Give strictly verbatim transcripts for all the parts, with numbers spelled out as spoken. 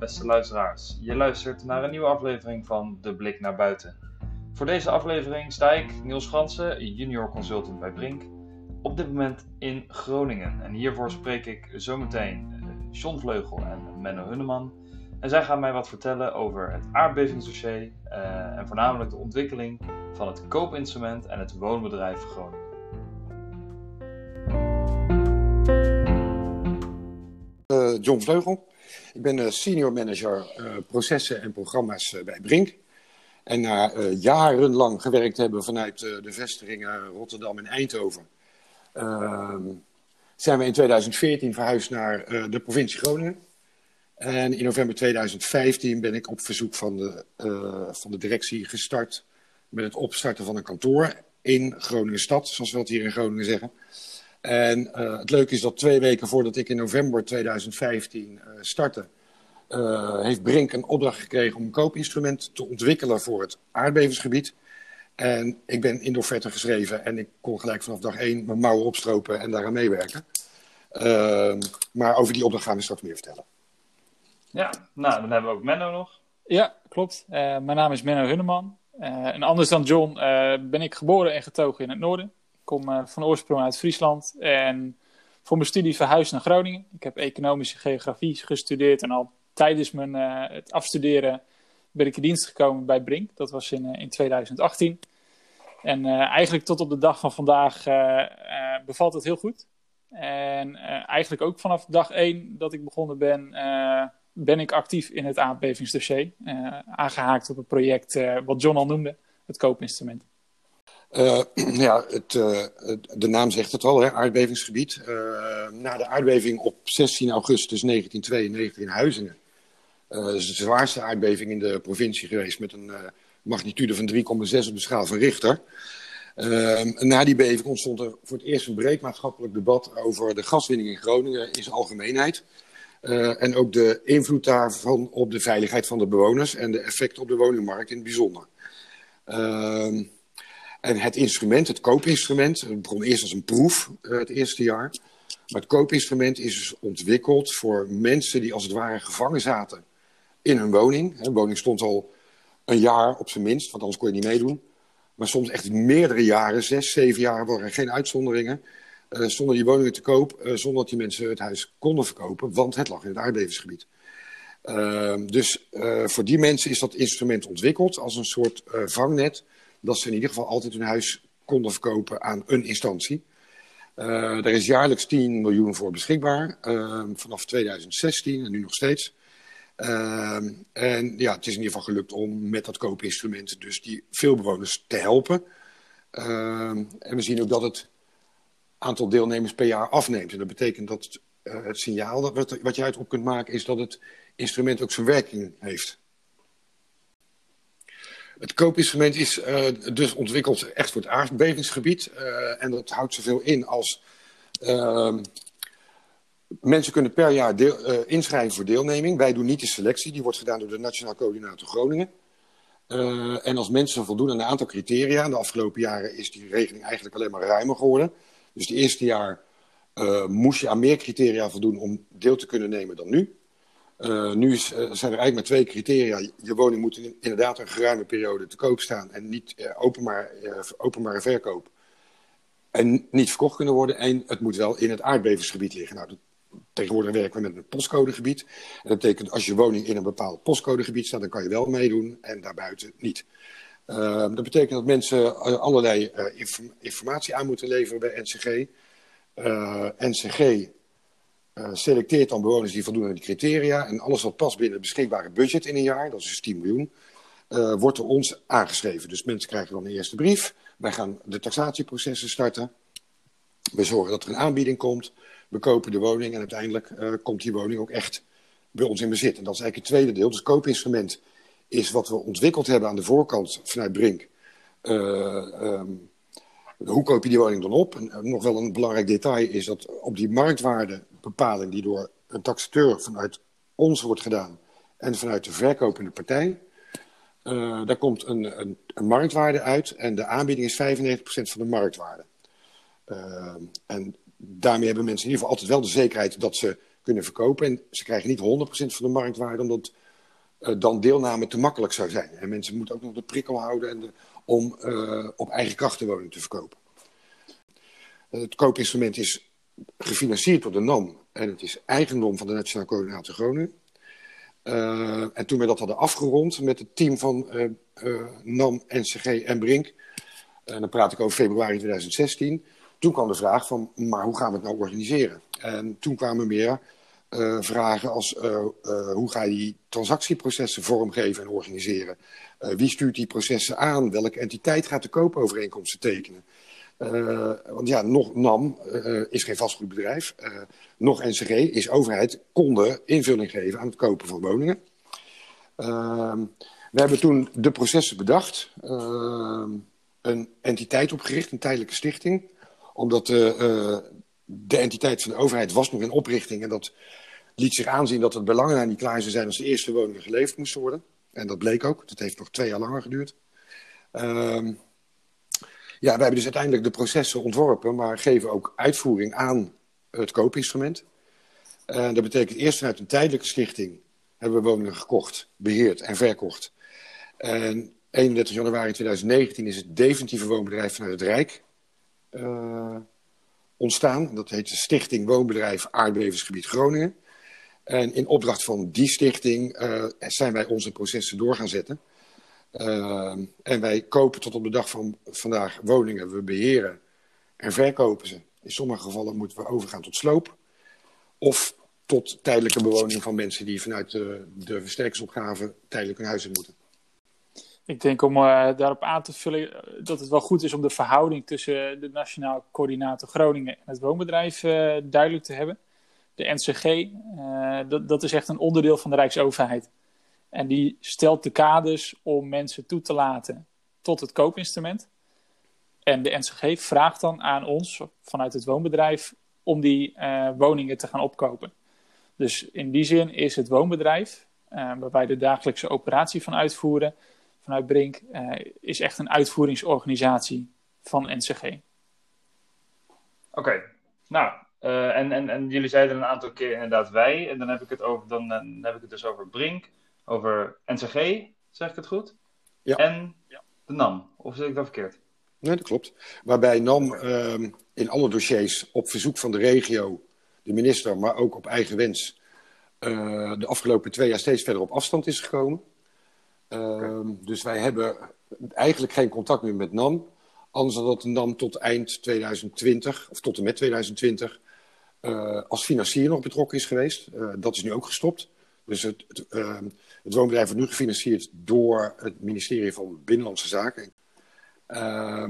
beste luisteraars. Je luistert naar een nieuwe aflevering van De Blik naar Buiten. Voor deze aflevering sta ik, Niels Fransen, junior consultant bij Brink, op dit moment in Groningen. En hiervoor spreek ik zometeen John Vleugel en Menno Hunneman. En zij gaan mij wat vertellen over het aardbevingsdossier uh, en voornamelijk de ontwikkeling van het koopinstrument en het woonbedrijf Groningen. Uh, John Vleugel. Ik ben uh, senior manager uh, processen en programma's uh, bij Brink. En na uh, jarenlang gewerkt hebben vanuit uh, de vestigingen Rotterdam en Eindhoven, uh, zijn we in tweeduizend veertien verhuisd naar uh, de provincie Groningen. En in november tweeduizend vijftien ben ik op verzoek van de, uh, van de directie gestart met het opstarten van een kantoor in Groningen stad, zoals we dat hier in Groningen zeggen. En uh, het leuke is dat twee weken voordat ik in november tweeduizend vijftien uh, startte, uh, heeft Brink een opdracht gekregen om een koopinstrument te ontwikkelen voor het aardbevingsgebied. En ik ben in de offerte geschreven en ik kon gelijk vanaf dag één mijn mouwen opstropen en daaraan meewerken. Uh, maar over die opdracht gaan we straks meer vertellen. Ja, nou dan hebben we ook Menno nog. Ja, klopt. Uh, mijn naam is Menno Hunneman. Uh, en anders dan John uh, ben ik geboren en getogen in het noorden. Ik kom uh, van oorsprong uit Friesland en voor mijn studie verhuisd naar Groningen. Ik heb economische geografie gestudeerd en al tijdens mijn uh, het afstuderen ben ik in dienst gekomen bij Brink. Dat was in, uh, in tweeduizend achttien. En uh, eigenlijk tot op de dag van vandaag uh, uh, bevalt het heel goed. En uh, eigenlijk ook vanaf dag één dat ik begonnen ben, uh, ben ik actief in het aardbevingsdossier. Uh, aangehaakt op het project uh, wat John al noemde, het koopinstrument. Uh, ja, het, uh, de naam zegt het al, hè, aardbevingsgebied. Uh, na de aardbeving op zestien augustus negentien tweeënnegentig in Huizingen. Uh, dat is de zwaarste aardbeving in de provincie geweest met een uh, magnitude van drie komma zes op de schaal van Richter. Uh, na die beving ontstond er voor het eerst een breed maatschappelijk debat over de gaswinning in Groningen in zijn algemeenheid. Uh, en ook de invloed daarvan op de veiligheid van de bewoners en de effecten op de woningmarkt in het bijzonder. Uh, En het instrument, het koopinstrument, het begon eerst als een proef uh, het eerste jaar. Maar het koopinstrument is dus ontwikkeld voor mensen die als het ware gevangen zaten in hun woning. De woning stond al een jaar op zijn minst, want anders kon je niet meedoen. Maar soms echt meerdere jaren, zes, zeven jaar, waren er geen uitzonderingen. Uh, stonden die woningen te koop uh, zonder dat die mensen het huis konden verkopen, want het lag in het aardbevingsgebied. Uh, dus uh, voor die mensen is dat instrument ontwikkeld als een soort uh, vangnet, dat ze in ieder geval altijd hun huis konden verkopen aan een instantie. Uh, er is jaarlijks tien miljoen voor beschikbaar, uh, vanaf tweeduizend zestien en nu nog steeds. Uh, en ja, het is in ieder geval gelukt om met dat koopinstrument dus die veel bewoners te helpen. Uh, en we zien ook dat het aantal deelnemers per jaar afneemt. En dat betekent dat uh, het signaal dat wat, wat je uit op kunt maken is dat het instrument ook zijn werking heeft. Het koopinstrument is uh, dus ontwikkeld echt voor het aardbevingsgebied. Uh, en dat houdt zoveel in als uh, mensen kunnen per jaar deel, uh, inschrijven voor deelneming. Wij doen niet de selectie, die wordt gedaan door de Nationaal Coördinator Groningen. Uh, en als mensen voldoen aan een aantal criteria, de afgelopen jaren is die regeling eigenlijk alleen maar ruimer geworden. Dus het eerste jaar uh, moest je aan meer criteria voldoen om deel te kunnen nemen dan nu. Uh, nu is, uh, zijn er eigenlijk maar twee criteria. Je woning moet in, inderdaad een geruime periode te koop staan en niet uh, openbaar, uh, openbare verkoop. En niet verkocht kunnen worden. En het moet wel in het aardbevingsgebied liggen. Nou, dat, tegenwoordig werken we met een postcodegebied. En dat betekent als je woning in een bepaald postcodegebied staat, dan kan je wel meedoen en daarbuiten niet. Uh, dat betekent dat mensen uh, allerlei uh, inform- informatie aan moeten leveren bij N C G. Uh, N C G Uh, selecteert dan bewoners die voldoen aan die criteria. En alles wat past binnen het beschikbare budget in een jaar, dat is dus tien miljoen, uh, wordt door ons aangeschreven. Dus mensen krijgen dan een eerste brief. Wij gaan de taxatieprocessen starten. We zorgen dat er een aanbieding komt. We kopen de woning en uiteindelijk uh, komt die woning ook echt bij ons in bezit. En dat is eigenlijk het tweede deel. Dus het koopinstrument is wat we ontwikkeld hebben aan de voorkant vanuit Brink. Uh, um, Hoe koop je die woning dan op? En nog wel een belangrijk detail is dat op die marktwaardebepaling die door een taxateur vanuit ons wordt gedaan en vanuit de verkopende partij, uh, daar komt een, een, een marktwaarde uit en de aanbieding is vijfennegentig procent van de marktwaarde. Uh, en daarmee hebben mensen in ieder geval altijd wel de zekerheid dat ze kunnen verkopen. En ze krijgen niet honderd procent van de marktwaarde, omdat uh, dan deelname te makkelijk zou zijn. En mensen moeten ook nog de prikkel houden en de, om uh, op eigen kracht de woning te verkopen. Uh, het koopinstrument is gefinancierd door de N A M en het is eigendom van de Nationaal Coördinator Groningen. Uh, en toen we dat hadden afgerond met het team van uh, uh, N A M, N C G en Brink, en uh, dan praat ik over februari tweeduizend zestien, toen kwam de vraag van, maar hoe gaan we het nou organiseren? En toen kwamen meer uh, vragen als, uh, uh, hoe ga je die transactieprocessen vormgeven en organiseren? Uh, wie stuurt die processen aan? Welke entiteit gaat de koopovereenkomsten tekenen? Uh, want ja, nog N A M uh, is geen vastgoedbedrijf, uh, nog N C G is overheid, konden invulling geven aan het kopen van woningen. Uh, we hebben toen de processen bedacht, uh, een entiteit opgericht, een tijdelijke stichting, omdat uh, uh, de entiteit van de overheid was nog in oprichting en dat liet zich aanzien dat het belangen daar niet klaar zou zijn als de eerste woningen geleverd moesten worden. En dat bleek ook, dat heeft nog twee jaar langer geduurd. Uh, Ja, wij hebben dus uiteindelijk de processen ontworpen, maar geven ook uitvoering aan het koopinstrument. Uh, dat betekent eerst vanuit een tijdelijke stichting hebben we woningen gekocht, beheerd en verkocht. En eenendertig januari tweeduizend negentien is het definitieve woonbedrijf vanuit het Rijk uh, ontstaan. Dat heet de Stichting Woonbedrijf Aardbevingsgebied Groningen. En in opdracht van die stichting uh, zijn wij onze processen door gaan zetten. Uh, en wij kopen tot op de dag van vandaag woningen. We beheren en verkopen ze. In sommige gevallen moeten we overgaan tot sloop. Of tot tijdelijke bewoning van mensen die vanuit de, de versterkingsopgave tijdelijk een huis in moeten. Ik denk om uh, daarop aan te vullen dat het wel goed is om de verhouding tussen de Nationaal Coördinator Groningen en het woonbedrijf uh, duidelijk te hebben. De N C G, uh, dat, dat is echt een onderdeel van de Rijksoverheid. En die stelt de kaders om mensen toe te laten tot het koopinstrument. En de N C G vraagt dan aan ons, vanuit het woonbedrijf, om die uh, woningen te gaan opkopen. Dus in die zin is het woonbedrijf, uh, waar wij de dagelijkse operatie van uitvoeren, vanuit Brink, uh, is echt een uitvoeringsorganisatie van N C G. Oké, okay. nou, uh, en, en, en jullie zeiden een aantal keer inderdaad wij, en dan heb ik het, over, dan, dan heb ik het dus over Brink. Over N C G, zeg ik het goed? Ja. En de N A M, of zeg ik dat verkeerd? Nee, dat klopt. Waarbij N A M uh, in alle dossiers op verzoek van de regio, de minister, maar ook op eigen wens, uh, de afgelopen twee jaar steeds verder op afstand is gekomen. Uh, okay. Dus wij hebben eigenlijk geen contact meer met N A M, anders dan dat de N A M tot eind tweeduizend twintig, of tot en met tweeduizend twintig, uh, als financier nog betrokken is geweest. Uh, dat is nu ook gestopt. Dus het, het, uh, het woonbedrijf wordt nu gefinancierd door het ministerie van Binnenlandse Zaken. Uh,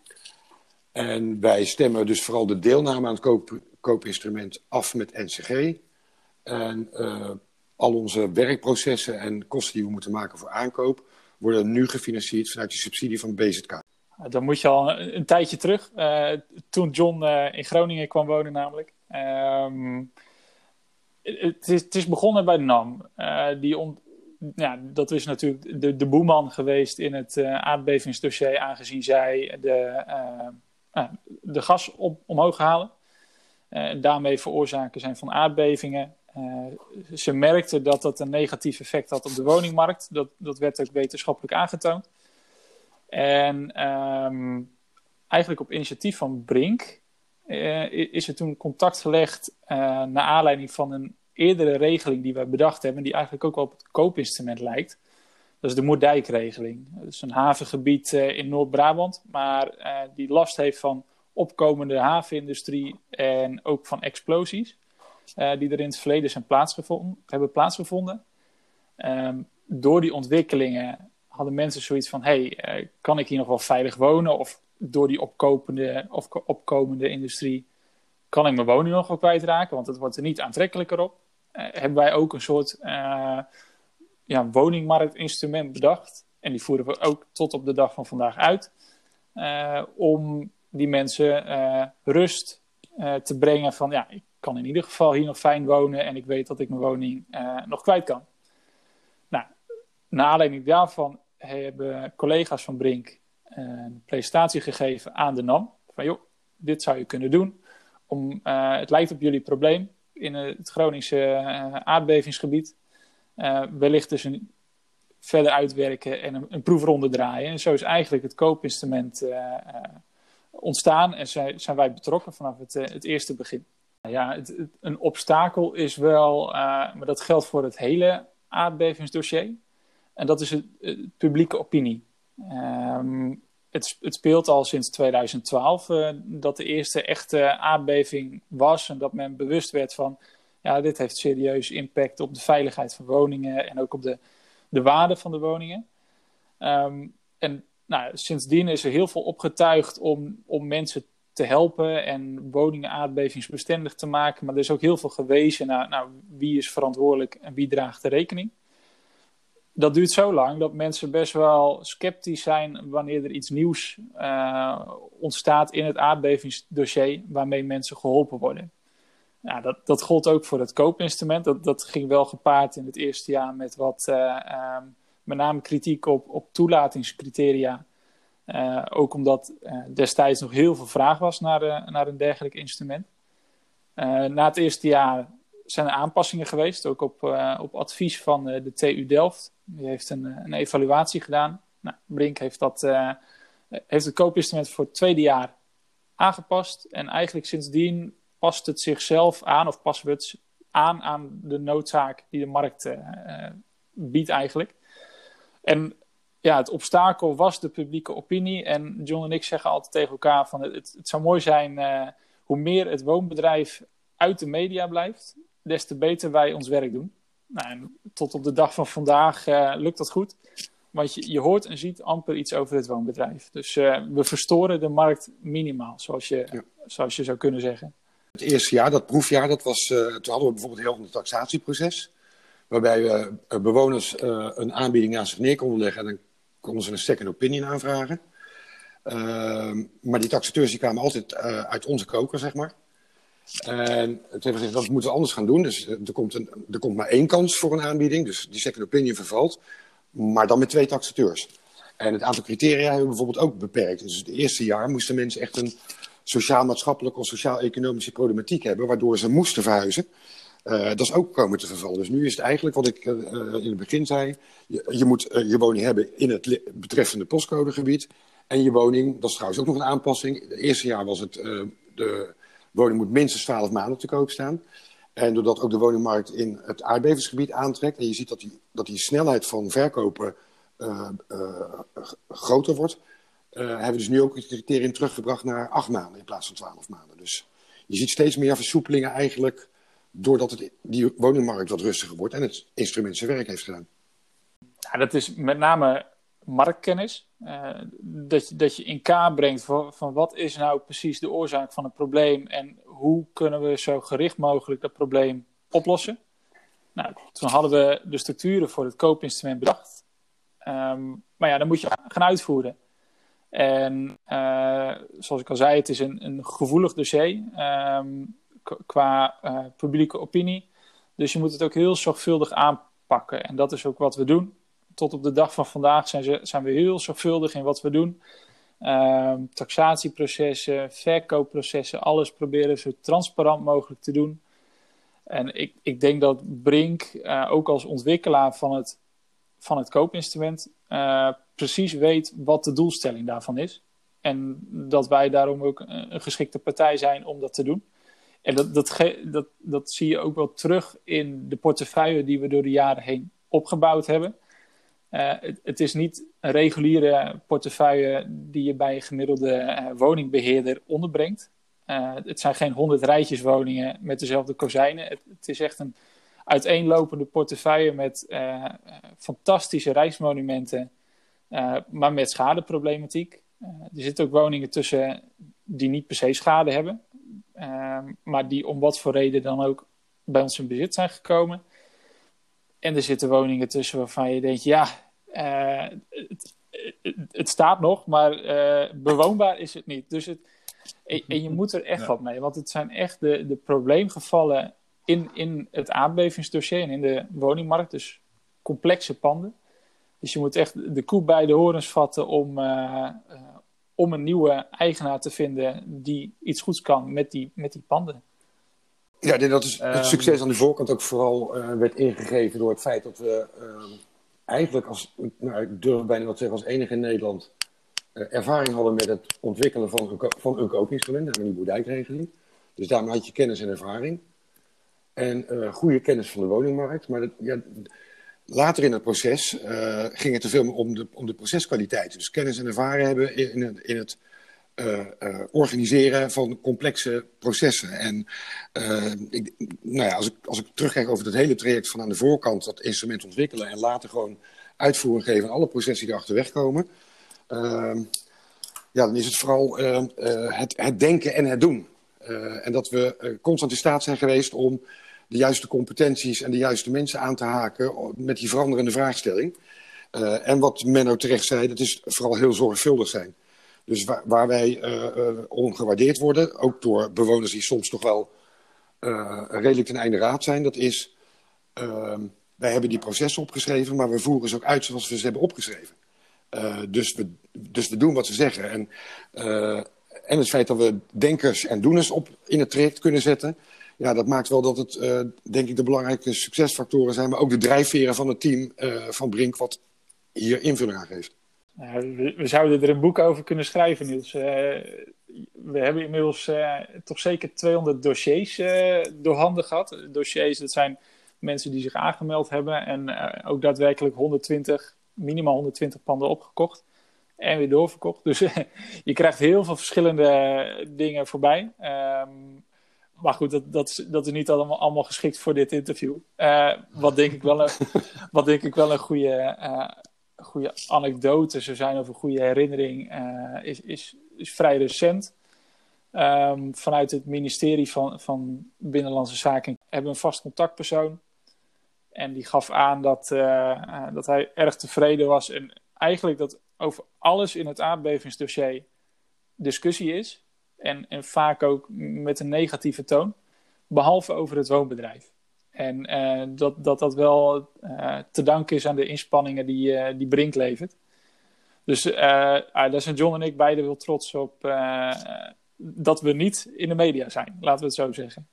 en wij stemmen dus vooral de deelname aan het koop, koopinstrument af met N C G. En uh, al onze werkprocessen en kosten die we moeten maken voor aankoop worden nu gefinancierd vanuit de subsidie van B Z K. Dan moet je al een, een tijdje terug, uh, toen John uh, in Groningen kwam wonen namelijk. Um, Het is, het is begonnen bij de N A M. Uh, die on, ja, dat is natuurlijk de, de boeman geweest in het uh, aardbevingsdossier, aangezien zij de, uh, uh, de gas op, omhoog halen. Uh, en daarmee veroorzaken zijn van aardbevingen. Uh, ze merkten dat dat een negatief effect had op de woningmarkt. Dat, dat werd ook wetenschappelijk aangetoond. En um, eigenlijk op initiatief van Brink uh, is er toen contact gelegd uh, naar aanleiding van een eerdere regeling die we bedacht hebben, die eigenlijk ook wel op het koopinstrument lijkt. Dat is de Moerdijkregeling. Dat is een havengebied uh, in Noord-Brabant, maar uh, die last heeft van opkomende havenindustrie en ook van explosies, uh, die er in het verleden zijn plaatsgevonden, hebben plaatsgevonden. Um, door die ontwikkelingen hadden mensen zoiets van, hey, uh, kan ik hier nog wel veilig wonen? Of door die opkomende, of opkomende industrie kan ik mijn woning nog wel kwijtraken, want het wordt er niet aantrekkelijker op. Uh, hebben wij ook een soort uh, ja, woningmarktinstrument bedacht. En die voeren we ook tot op de dag van vandaag uit. Uh, om die mensen uh, rust uh, te brengen van, ja, ik kan in ieder geval hier nog fijn wonen en ik weet dat ik mijn woning uh, nog kwijt kan. Nou, naar aanleiding daarvan hebben collega's van Brink uh, een presentatie gegeven aan de N A M. Van joh, dit zou je kunnen doen. Om, uh, het lijkt op jullie probleem. in het Groningse uh, aardbevingsgebied. Uh, wellicht dus een, verder uitwerken en een, een proefronde draaien. En zo is eigenlijk het koopinstrument uh, uh, ontstaan en zijn, zijn wij betrokken vanaf het, uh, het eerste begin. Ja, het, het, een obstakel is wel, uh, maar dat geldt voor het hele aardbevingsdossier. En dat is het, het publieke opinie. Um, het, het speelt al sinds tweeduizend twaalf uh, dat de eerste echte aardbeving was. En dat men bewust werd van, ja, dit heeft serieus impact op de veiligheid van woningen en ook op de, de waarde van de woningen. Um, en nou, sindsdien is er heel veel opgetuigd om, om mensen te helpen en woningen aardbevingsbestendig te maken. Maar er is ook heel veel gewezen naar nou, wie is verantwoordelijk en wie draagt de rekening. Dat duurt zo lang dat mensen best wel sceptisch zijn wanneer er iets nieuws uh, ontstaat in het aardbevingsdossier waarmee mensen geholpen worden. Nou, dat, dat gold ook voor het koopinstrument. Dat, dat ging wel gepaard in het eerste jaar met wat uh, uh, met name kritiek op, op toelatingscriteria. Uh, ook omdat uh, destijds nog heel veel vraag was naar, uh, naar een dergelijk instrument. Uh, na het eerste jaar zijn er aanpassingen geweest, ook op, uh, op advies van uh, de T U Delft. Die heeft een, een evaluatie gedaan. Nou, Brink heeft, dat, uh, heeft het koopinstrument voor het tweede jaar aangepast. En eigenlijk sindsdien past het zichzelf aan, of passen we het aan aan de noodzaak die de markt uh, uh, biedt eigenlijk. En ja, het obstakel was de publieke opinie. En John en ik zeggen altijd tegen elkaar van het, het zou mooi zijn uh, hoe meer het woonbedrijf uit de media blijft, des te beter wij ons werk doen. Nou, en tot op de dag van vandaag uh, lukt dat goed. Want je, je hoort en ziet amper iets over het woonbedrijf. Dus uh, we verstoren de markt minimaal, zoals je, ja. zoals je zou kunnen zeggen. Het eerste jaar, dat proefjaar, dat was, uh, toen hadden we bijvoorbeeld heel een taxatieproces. Waarbij uh, bewoners uh, een aanbieding naast zich neer konden leggen en dan konden ze een second opinion aanvragen. Uh, maar die taxateurs die kwamen altijd uh, uit onze koker, zeg maar. En toen hebben we gezegd, dat moeten we anders gaan doen. Dus er komt, een, er komt maar één kans voor een aanbieding. Dus die second opinion vervalt. Maar dan met twee taxateurs. En het aantal criteria hebben we bijvoorbeeld ook beperkt. Dus het eerste jaar moesten mensen echt een sociaal-maatschappelijke of sociaal-economische problematiek hebben, waardoor ze moesten verhuizen. Uh, dat is ook komen te vervallen. Dus nu is het eigenlijk wat ik uh, in het begin zei. Je, je moet uh, je woning hebben in het li- betreffende postcodegebied. En je woning, dat is trouwens ook nog een aanpassing. Het eerste jaar was het, uh, de woning moet minstens twaalf maanden te koop staan. En doordat ook de woningmarkt in het aardbevingsgebied aantrekt. En je ziet dat die, dat die snelheid van verkopen uh, uh, groter wordt. Uh, hebben we dus nu ook het criterium teruggebracht naar acht maanden in plaats van twaalf maanden. Dus je ziet steeds meer versoepelingen eigenlijk, doordat het, die woningmarkt wat rustiger wordt en het instrument zijn werk heeft gedaan. Ja, dat is met name marktkennis. Uh, dat, je, dat je in kaart brengt van, van wat is nou precies de oorzaak van het probleem en hoe kunnen we zo gericht mogelijk dat probleem oplossen. Nou, toen hadden we de structuren voor het koopinstrument bedacht. Um, maar ja, dan moet je gaan uitvoeren. En uh, zoals ik al zei, het is een, een gevoelig dossier um, qua uh, publieke opinie. Dus je moet het ook heel zorgvuldig aanpakken. En dat is ook wat we doen. Tot op de dag van vandaag zijn, ze, zijn we heel zorgvuldig in wat we doen. Um, taxatieprocessen, verkoopprocessen, alles proberen zo transparant mogelijk te doen. En ik, ik denk dat Brink, uh, ook als ontwikkelaar van het, van het koopinstrument, uh, precies weet wat de doelstelling daarvan is. En dat wij daarom ook een, een geschikte partij zijn om dat te doen. En dat, dat, ge, dat, dat zie je ook wel terug in de portefeuille die we door de jaren heen opgebouwd hebben. Uh, het, het is niet een reguliere portefeuille die je bij een gemiddelde uh, woningbeheerder onderbrengt. Uh, het zijn geen honderd rijtjeswoningen met dezelfde kozijnen. Het, het is echt een uiteenlopende portefeuille met uh, uh, fantastische rijksmonumenten, uh, maar met schadeproblematiek. Uh, er zitten ook woningen tussen die niet per se schade hebben, uh, maar die om wat voor reden dan ook bij ons in bezit zijn gekomen. En er zitten woningen tussen waarvan je denkt, ja, uh, het, het, het staat nog, maar uh, bewoonbaar is het niet. Dus het, en, en je moet er echt ja. wat mee, want het zijn echt de, de probleemgevallen in, in het aardbevingsdossier en in de woningmarkt, dus complexe panden. Dus je moet echt de koe bij de horens vatten om, uh, uh, om een nieuwe eigenaar te vinden die iets goeds kan met die, met die panden. Ja, ik denk dat het, het Um, succes aan de voorkant ook vooral uh, werd ingegeven door het feit dat we uh, eigenlijk als, nou, ik durf bijna wat te zeggen, als enige in Nederland uh, ervaring hadden met het ontwikkelen van, van een kookinstrument, en een boerdijkregeling. Dus daarmee had je kennis en ervaring. En uh, goede kennis van de woningmarkt. Maar dat, ja, later in het proces uh, ging het te veel om de, om de proceskwaliteit. Dus kennis en ervaring hebben in, in het... In het Uh, uh, organiseren van complexe processen. En uh, ik, nou ja, als, ik, als ik terugkijk over het hele traject van aan de voorkant dat instrument ontwikkelen en later gewoon uitvoering geven aan alle processen die erachterweg komen, uh, ja, dan is het vooral uh, uh, het, het denken en het doen. Uh, en dat we uh, constant in staat zijn geweest om de juiste competenties en de juiste mensen aan te haken met die veranderende vraagstelling. Uh, en wat Menno terecht zei, dat is vooral heel zorgvuldig zijn. Dus waar, waar wij uh, uh, ongewaardeerd worden, ook door bewoners die soms toch wel uh, redelijk ten einde raad zijn, dat is, uh, wij hebben die processen opgeschreven, maar we voeren ze ook uit zoals we ze hebben opgeschreven. Uh, dus, we, dus we doen wat ze zeggen. En, uh, en het feit dat we denkers en doeners op in het traject kunnen zetten, ja, dat maakt wel dat het, uh, denk ik, de belangrijke succesfactoren zijn, maar ook de drijfveren van het team uh, van Brink, wat hier invulling aan geeft. Uh, we, we zouden er een boek over kunnen schrijven, Niels. Uh, we hebben inmiddels uh, toch zeker tweehonderd dossiers uh, door handen gehad. Dossiers, dat zijn mensen die zich aangemeld hebben en uh, ook daadwerkelijk honderdtwintig, minimaal honderdtwintig panden opgekocht en weer doorverkocht. Dus uh, je krijgt heel veel verschillende dingen voorbij. Um, maar goed, dat, dat, is, dat is niet allemaal, allemaal geschikt voor dit interview. Uh, wat denk ik wel een, wat denk ik wel een goede... Uh, goede anekdote zou zijn of een goede herinnering uh, is, is, is vrij recent. Um, vanuit het ministerie van, van Binnenlandse Zaken hebben we een vast contactpersoon. En die gaf aan dat, uh, uh, dat hij erg tevreden was. En eigenlijk dat over alles in het aardbevingsdossier discussie is. En, en vaak ook met een negatieve toon. Behalve over het woonbedrijf. En uh, dat, dat dat wel uh, te danken is aan de inspanningen die, uh, die Brink levert. Dus uh, uh, daar zijn John en ik beide wel trots op uh, dat we niet in de media zijn. Laten we het zo zeggen.